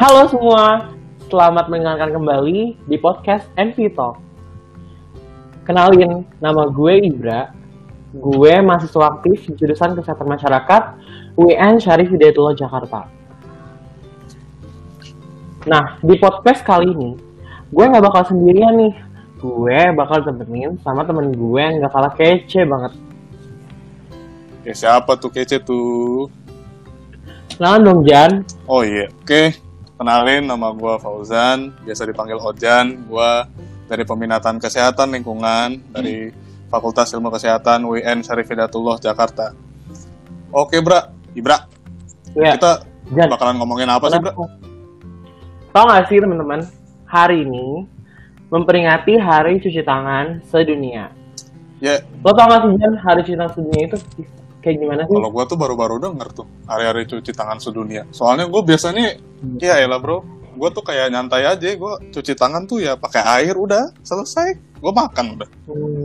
Halo semua, selamat mendengarkan kembali di podcast NV Talk. Kenalin, nama gue Ibra. Gue mahasiswa aktif jurusan Kesehatan Masyarakat UIN Syarif Hidayatullah Jakarta. Nah, di podcast kali ini, gue gak bakal sendirian nih. Gue bakal temenin sama temen gue yang gak kalah kece banget. Ya siapa tuh kece tuh? Kenalan dong, Jan. Oh iya, oke. Kenalin, nama gue Fauzan, biasa dipanggil Ojan. Gue dari Peminatan Kesehatan Lingkungan dari Fakultas Ilmu Kesehatan UIN Syarif Hidayatullah Jakarta. Oke, Ibra. Ya, Kita Jan, bakalan ngomongin apa sih, Bra? tau gak sih teman-teman, hari ini memperingati Hari Cuci Tangan Sedunia. Ya, Lo tau gak sih, Jan, Hari Cuci Tangan Sedunia itu kayak gimana sih? kalau gue tuh baru-baru denger tuh hari-hari cuci tangan sedunia. Soalnya gue biasanya, ya elah bro, gue tuh kayak nyantai aja. Gue cuci tangan tuh ya pakai air, udah selesai. Gue makan udah.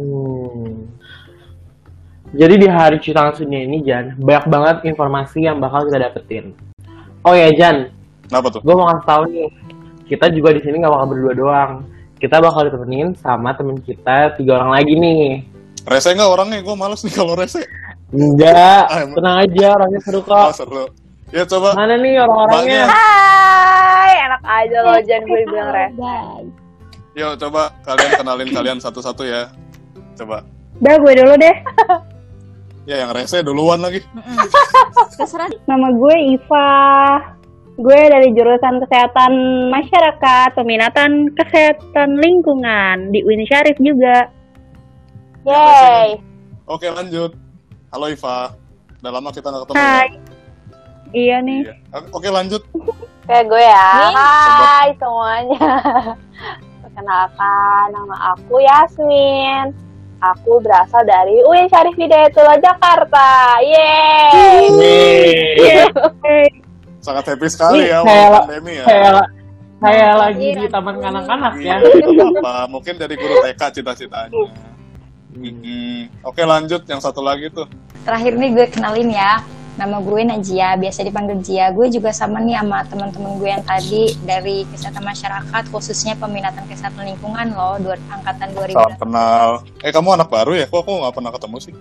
Jadi di Hari Cuci Tangan Sedunia ini, Jan, banyak banget informasi yang bakal kita dapetin. Oh ya, Jan, Kenapa tuh? gue mau kasih tahu nih, kita juga di sini gak bakal berdua doang. Kita bakal ditemenin sama temen kita 3 orang lagi nih. Rese nggak orangnya? Gue males nih kalau rese. Enggak, tenang aja, orangnya seru Ah, kok. seru. Ya coba. Mana nih orang-orangnya? Hai, enak aja loh jangan gue bilang rese. Yuk coba kalian kenalin kalian satu-satu ya. Coba. Udah gue dulu deh. Ya yang rese duluan lagi. Nama gue Iva. Gue dari jurusan Kesehatan Masyarakat, Peminatan Kesehatan Lingkungan di UIN Syarif juga. Yeay. Oke lanjut. Halo Iva. Udah lama kita nggak ketemu Hai. ya. Iya nih. Iya. Oke lanjut. Kayak gue ya. Hai semuanya. Perkenalkan, nama aku Yasmin. Aku berasal dari UIN Syarif Hidayatullah Jakarta. Yeay. Yeay. Sangat happy sekali Nih, ya kayak- waktu pandemi ya. Kayak lagi di taman kanak-kanak ya. Iya, nggak apa-apa. Mungkin dari guru TK cita-citanya. Oke lanjut yang satu lagi tuh. Terakhir nih gue kenalin ya, nama gue Najia, biasa dipanggil Jia. Gue juga sama nih sama teman-teman gue yang tadi dari Kesehatan Masyarakat, khususnya Peminatan Kesehatan Lingkungan loh, angkatan 2000. Salam kenal. Kamu anak baru ya? Kok aku nggak pernah ketemu sih?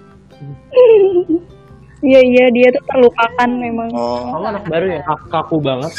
Iya dia tuh terlupakan memang. Oh. Kamu anak baru ya, kaku banget.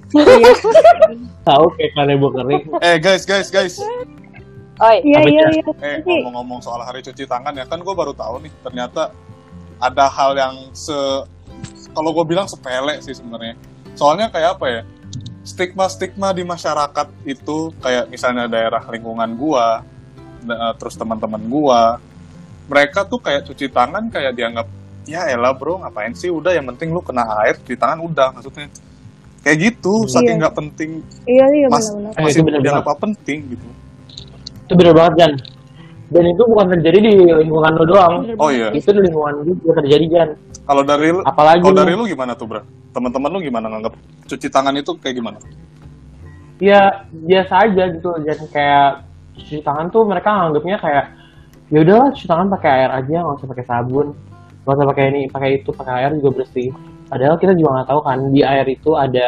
Tahu kayak kanebo kering. Guys. Oi. Iya. Ngomong-ngomong soal hari cuci tangan ya, kan gue baru tahu nih ternyata ada hal yang kalau gue bilang sepele sih sebenarnya. Soalnya kayak apa ya? Stigma di masyarakat itu kayak misalnya daerah lingkungan gue, terus teman-teman gue, mereka tuh kayak cuci tangan kayak dianggap ya elah bro, ngapain sih, udah yang penting lu kena air di tangan udah, maksudnya kayak gitu, saking nggak penting. Iya benar-benar. Masih Itu bener dianggap banget. apa penting gitu. Itu bener banget, Jan. Dan itu bukan terjadi di lingkungan lo doang. Oh iya. Itu di lingkungan gue juga terjadi, Jan. Kalau dari lu, Apalagi lu gimana tuh, Bro? Teman-teman lu gimana nganggap cuci tangan itu kayak gimana? Ya biasa aja gitu, Jan. Kayak cuci tangan tuh mereka nganggapnya kayak ya udahlah cuci tangan pakai air aja, nggak usah pakai sabun, nggak usah pakai ini, pakai itu, pakai air juga bersih. Padahal kita juga nggak tahu kan di air itu ada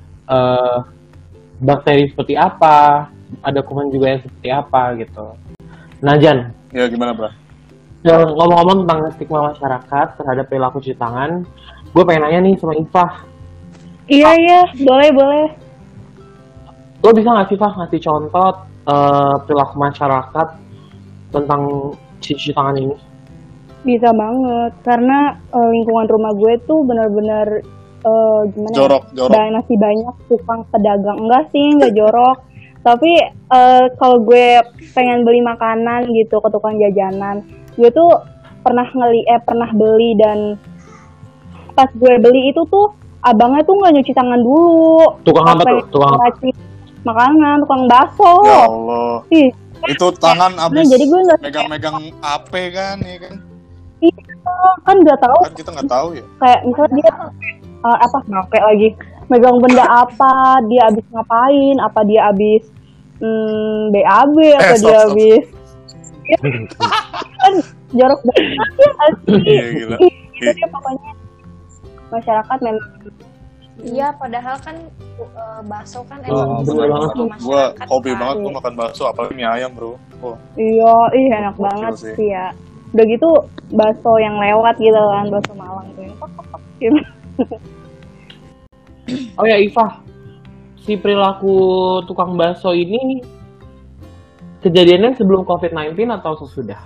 bakteri seperti apa, ada kuman juga yang seperti apa gitu. Nah, Jan, Ya gimana, Bro? ngomong-ngomong tentang stigma masyarakat terhadap perilaku cuci tangan, gue pengen nanya nih sama Ifah. Iya, boleh. Lo bisa nggak sih, Fah, ngasih contoh perilaku masyarakat tentang cuci tangan ini? Bisa banget, karena lingkungan rumah gue tuh benar-benar gimana? Jorok. Masih banyak tukang pedagang. Enggak sih, enggak jorok. Tapi kalau gue pengen beli makanan gitu ke tukang jajanan, gue tuh pernah beli, dan pas gue beli itu tuh abangnya tuh nggak nyuci tangan dulu. Tukang apa tuh? Tukang ngeracik makanan, tukang bakso. Ya Allah. Ih, Itu tangan abis jadi gue nggak megang-megang AP kan, ya kan? kan nggak tahu. Kan kita nggak tahu ya. Kayak misalnya dia pakai lagi megang benda apa, dia abis ngapain, apa dia abis BAB, apa dia stop. abis kan jorok banget ya asli. Iya, gila. Gitu deh pokoknya. Masyarakat memang Iya, padahal kan bakso kan Oh, emang bener bener banget banget. masyarakat Gue hobi kan. banget gue makan bakso, apalagi mie ayam bro. Oh, Iya, enak gokil banget sih. sih ya. Udah gitu bakso yang lewat gitu kan, bakso Malang tuh yang tok, tok, tok, gitu. Oh ya Iva, si perilaku tukang bakso ini kejadiannya sebelum COVID-19 atau sesudah?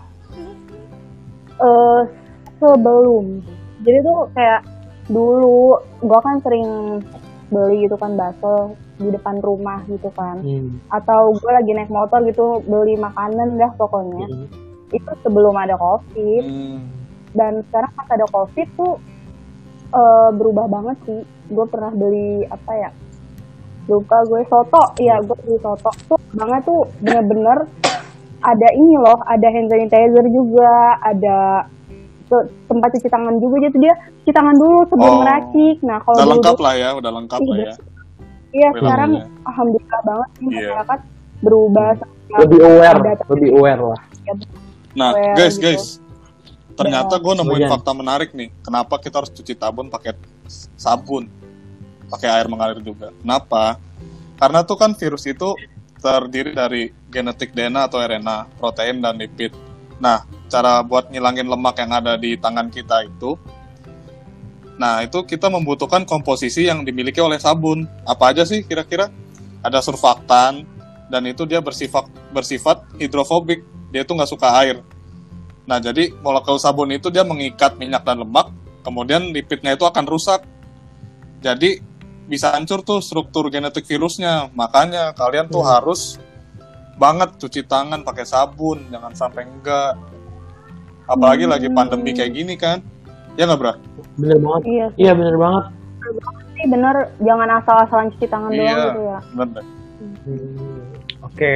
Sebelum, jadi tuh kayak dulu gua kan sering beli gitu kan bakso di depan rumah gitu kan, atau gue lagi naik motor gitu beli makanan dah pokoknya. Itu sebelum ada COVID. Dan sekarang pas ada COVID tuh berubah banget sih. Gue pernah beli apa ya, lupa gue, soto. Ya gue beli soto tuh banget tuh, bener-bener ada ini loh, ada hand sanitizer juga, ada tempat cuci tangan juga. Jadi dia cuci tangan dulu sebelum ngeracik. Nah kalau udah dulu lengkap lah ya, udah lengkap lah ya. iya, sekarang perilakunya. alhamdulillah banget sih Iya. masyarakat berubah. Lebih aware lah. Nah, Aware guys, gitu. guys. Ternyata gue nemuin Doyan. fakta menarik nih. Kenapa kita harus cuci sabun pakai sabun, pakai air mengalir juga? Kenapa? Karena tuh kan virus itu terdiri dari genetik DNA atau RNA, protein dan lipid. Nah, cara buat ngilangin lemak yang ada di tangan kita itu, nah itu kita membutuhkan komposisi yang dimiliki oleh sabun. Apa aja sih kira-kira? Ada surfaktan, dan itu dia bersifat hidrofobik. Dia tuh nggak suka air. Nah, jadi molekul sabun itu dia mengikat minyak dan lemak, kemudian lipidnya itu akan rusak. Jadi bisa hancur tuh struktur genetik virusnya. Makanya kalian tuh harus banget cuci tangan pakai sabun, jangan sampai enggak. Apalagi lagi pandemi kayak gini kan. Ya nggak, Bra? Bener banget. Iya sih. Iya bener banget. Sih bener, jangan asal-asalan cuci tangan doang gitu ya. Bener. Oke.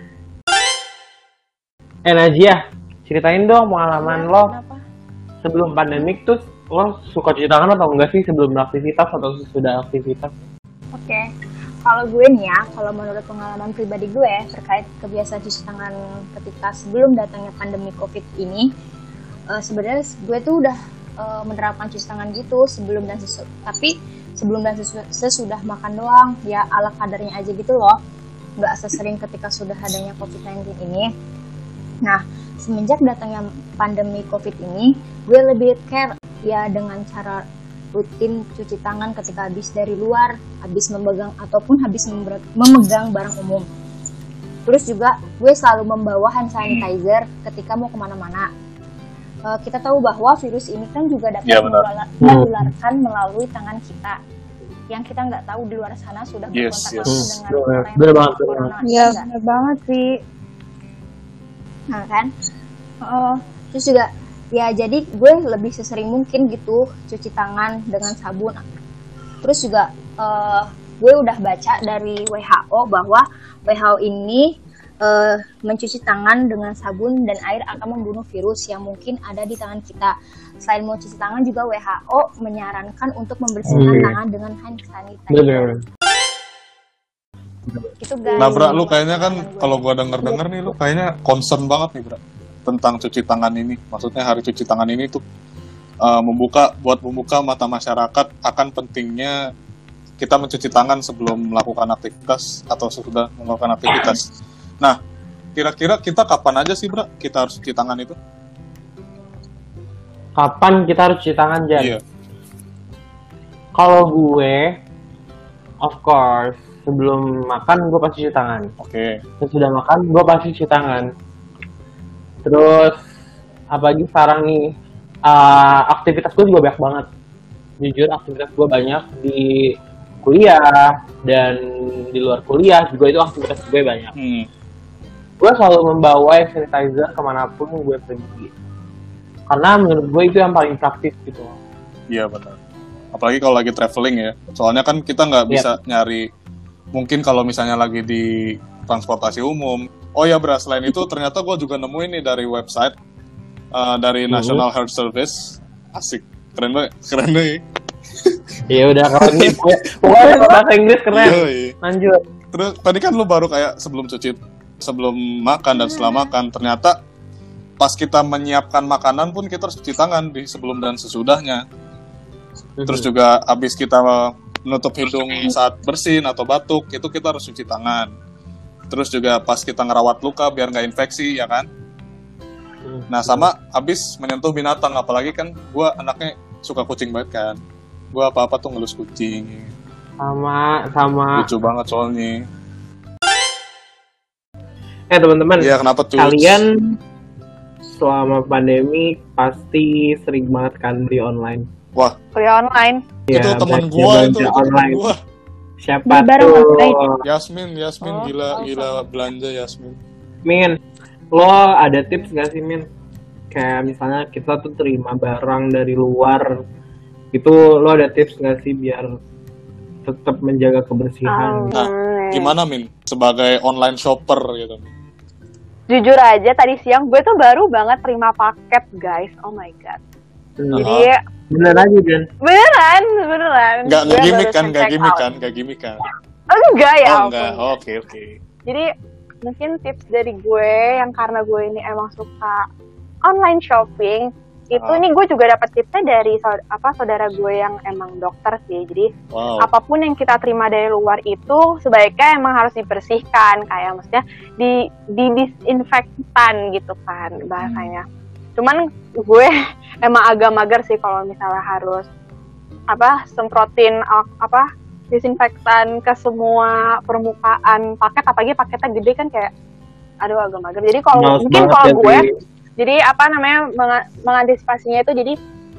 Najia, ceritain dong pengalaman lo Kenapa? sebelum pandemik tuh lo suka cuci tangan atau enggak sih sebelum beraktivitas atau sesudah aktivitas? Oke, kalau gue nih ya, kalau menurut pengalaman pribadi gue terkait kebiasaan cuci tangan ketika sebelum datangnya pandemi COVID ini, sebenarnya gue tuh udah menerapkan cuci tangan gitu sebelum dan sesudah, tapi sebelum dan sesudah makan doang, ya ala kadarnya aja gitu loh, nggak sesering ketika sudah adanya COVID-19 ini. Nah, semenjak datangnya pandemi COVID ini, gue lebih care ya dengan cara rutin cuci tangan ketika habis dari luar, habis memegang ataupun habis memegang barang umum. Terus juga gue selalu membawa hand sanitizer ketika mau kemana-mana. Kita tahu bahwa virus ini kan juga dapat menularkan melalui tangan kita. Yang kita nggak tahu di luar sana sudah berkontak langsung dengan orang yang Bener corona. Iya, Enggak. bener banget sih. Nah kan, terus juga ya jadi gue lebih sesering mungkin gitu cuci tangan dengan sabun. Terus juga gue udah baca dari WHO bahwa WHO ini mencuci tangan dengan sabun dan air akan membunuh virus yang mungkin ada di tangan kita. Selain mau cuci tangan juga WHO menyarankan untuk membersihkan tangan dengan hand sanitizer. Bener. Gitu guys. Nah, Bra, lu kayaknya kan kalau gua denger nih, lu kayaknya concern banget nih, Bra, tentang cuci tangan ini. Maksudnya hari cuci tangan ini tuh membuka mata masyarakat akan pentingnya kita mencuci tangan sebelum melakukan aktivitas atau sesudah melakukan aktivitas. Nah, kira-kira kita kapan aja sih, Bra, kita harus cuci tangan itu? Kapan kita harus cuci tangan, Jan? Iya. Kalau gue, of course, sebelum makan gue pasti cuci tangan. Oke. Sesudah makan gue pasti cuci tangan. Terus apalagi sekarang nih, aktivitas gue juga banyak banget. Jujur aktivitas gue banyak di kuliah dan di luar kuliah juga, itu aktivitas gue banyak. Gue selalu membawa hand sanitizer kemanapun gue pergi. Karena menurut gue itu yang paling praktis gitu. Iya, benar. Apalagi kalau lagi traveling ya. Soalnya kan kita nggak bisa nyari, mungkin kalau misalnya lagi di transportasi umum. Oh ya, Bra, selain itu ternyata gue juga nemuin nih dari website dari National Health Service. Asik, keren banget, keren deh. Iya udah keren nih. Pokoknya bahasa Inggris keren. Yoi. Lanjut. Terus tadi kan lu baru kayak sebelum makan dan setelah makan, ternyata pas kita menyiapkan makanan pun kita harus cuci tangan di sebelum dan sesudahnya. Terus juga abis kita menutup hidung saat bersin atau batuk, itu kita harus cuci tangan. Terus juga pas kita ngerawat luka biar nggak infeksi, ya kan? Nah, sama habis menyentuh binatang, apalagi kan gue anaknya suka kucing banget kan. Gue apa-apa tuh ngelus kucing. Sama. Lucu banget soalnya. Teman-teman, Iya, kenapa tuh? kalian selama pandemi pasti sering banget kan beli online. Wah, Kuliah online. itu Ya, teman belanja- gue belanja itu teman online. gue. Siapa Beli barang tuh? online. Yasmin Oh, gila belanja Yasmin. Min, lo ada tips gak sih Min? Kayak misalnya kita tuh terima barang dari luar, itu lo ada tips gak sih biar tetap menjaga kebersihan? Nah, gimana Min sebagai online shopper gitu? Jujur aja tadi siang gue tuh baru banget terima paket guys. Oh my god. Jadi Bener aja Dan. beneran. Nggak Gue gimmick baru kan, nggak check gimmick out. kan, nggak gimmick kan? Enggak ya Oh ampun. enggak, oke. Jadi mungkin tips dari gue yang karena gue ini emang suka online shopping itu nih gue juga dapat tipsnya dari saudara gue yang emang dokter sih. Jadi Wow. apapun yang kita terima dari luar itu sebaiknya emang harus dibersihkan, kayak maksudnya di disinfektan gitu kan bahasanya. Cuman gue emang agak mager sih kalau misalnya harus semprotin disinfektan ke semua permukaan paket, apalagi paketnya gede kan, kayak aduh agak mager. Jadi kalau Males mungkin banget kalau ya, gue Bi. jadi mengantisipasinya itu jadi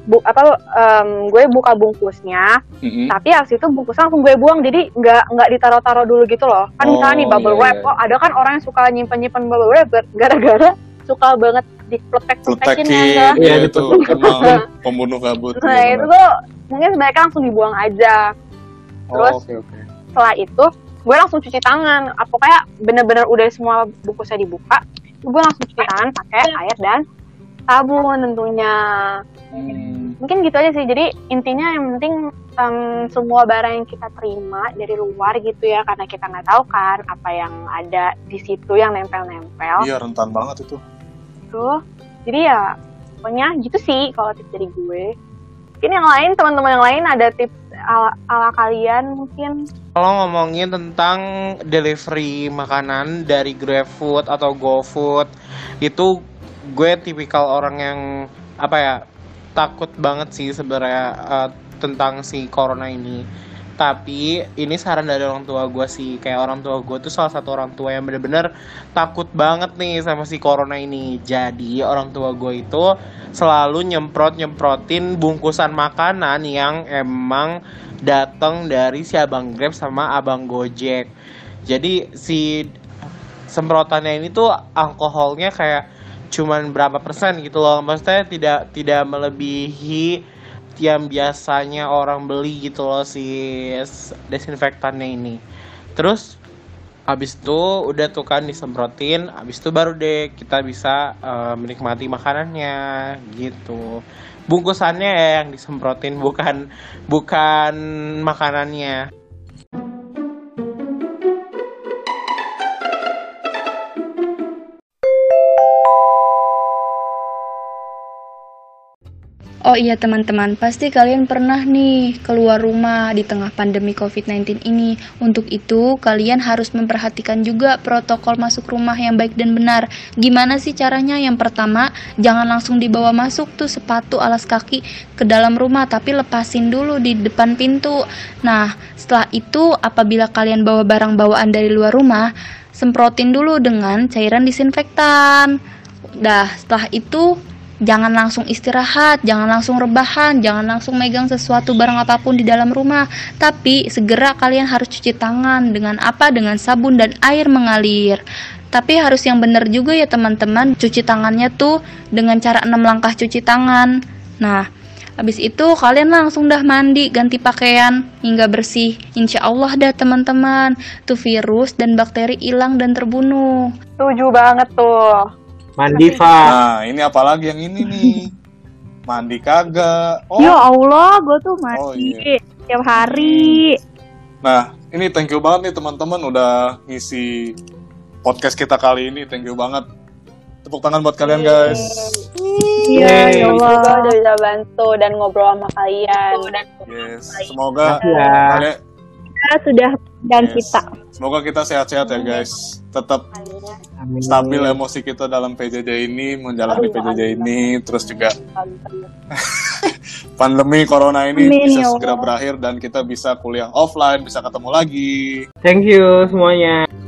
gue buka bungkusnya, Mm-mm. tapi habis itu bungkusnya langsung gue buang, jadi nggak ditaruh-taruh dulu gitu loh. Kan misalnya nih bubble iya, wrap, iya. ada kan orang yang suka nyimpen bubble wrap gara-gara suka banget dipletek-pletekin ya enggak? Iya Iya, itu betul. emang pembunuh kabut. Nah Iya, itu benar. tuh mungkin sebaiknya langsung dibuang aja. Terus Oke. setelah itu gue langsung cuci tangan. Pokoknya bener-bener udah semua bungkusnya dibuka, gue langsung cuci tangan pakai air dan sabun tentunya. Mungkin gitu aja sih. Jadi intinya yang penting semua barang yang kita terima dari luar gitu ya, karena kita nggak tahu kan apa yang ada di situ yang nempel-nempel. Iya, rentan banget itu. Tuh. Jadi ya pokoknya gitu sih kalau tips dari gue. Mungkin yang lain, teman-teman yang lain ada tips ala kalian mungkin. Kalau ngomongin tentang delivery makanan dari GrabFood atau GoFood, itu gue tipikal orang yang takut banget sih sebenarnya tentang si corona ini. Tapi ini saran dari orang tua gue sih, kayak orang tua gue tuh salah satu orang tua yang bener-bener takut banget nih sama si corona ini. Jadi orang tua gue itu selalu nyemprotin bungkusan makanan yang emang datang dari si abang Grab sama abang Gojek. Jadi si semprotannya ini tuh alkoholnya kayak cuman berapa persen gitu loh, maksudnya tidak melebihi yang biasanya orang beli gitu loh si desinfektannya ini. Terus abis itu udah tuh kan disemprotin, abis itu baru deh kita bisa menikmati makanannya gitu. Bungkusannya ya yang disemprotin, bukan makanannya. Oh iya teman-teman, pasti kalian pernah nih keluar rumah di tengah pandemi COVID-19 ini. Untuk itu, kalian harus memperhatikan juga protokol masuk rumah yang baik dan benar. Gimana sih caranya? Yang pertama, jangan langsung dibawa masuk tuh sepatu alas kaki ke dalam rumah, tapi lepasin dulu di depan pintu. Nah, setelah itu apabila kalian bawa barang bawaan dari luar rumah, semprotin dulu dengan cairan disinfektan. Dah, setelah itu jangan langsung istirahat, jangan langsung rebahan, jangan langsung megang sesuatu barang apapun di dalam rumah. Tapi segera kalian harus cuci tangan dengan Dengan sabun dan air mengalir. Tapi harus yang benar juga ya teman-teman, cuci tangannya tuh dengan cara 6 langkah cuci tangan. Nah, habis itu kalian langsung dah mandi, ganti pakaian hingga bersih. Insya Allah dah teman-teman, tuh virus dan bakteri hilang dan terbunuh. Setuju banget tuh. Mandi, Fa. Nah, ini apalagi yang ini nih. Mandi kagak. Oh. Ya Allah, gue tuh mandi Oh, iya. tiap hari. Nah, ini thank you banget nih teman-teman udah ngisi podcast kita kali ini. Thank you banget. Tepuk tangan buat kalian guys. Iya, Yeay. ya Allah. Semoga udah bisa bantu dan ngobrol sama kalian. Yes, semoga Makasih ya. kalian Kita sudah dan yes. kita. Semoga kita sehat-sehat ya guys. Tetap Amin. stabil emosi kita dalam PJJ ini, menjalani PJJ ini, terus juga pandemi corona ini Amin, bisa ya segera Allah. berakhir dan kita bisa kuliah offline, bisa ketemu lagi. Thank you semuanya.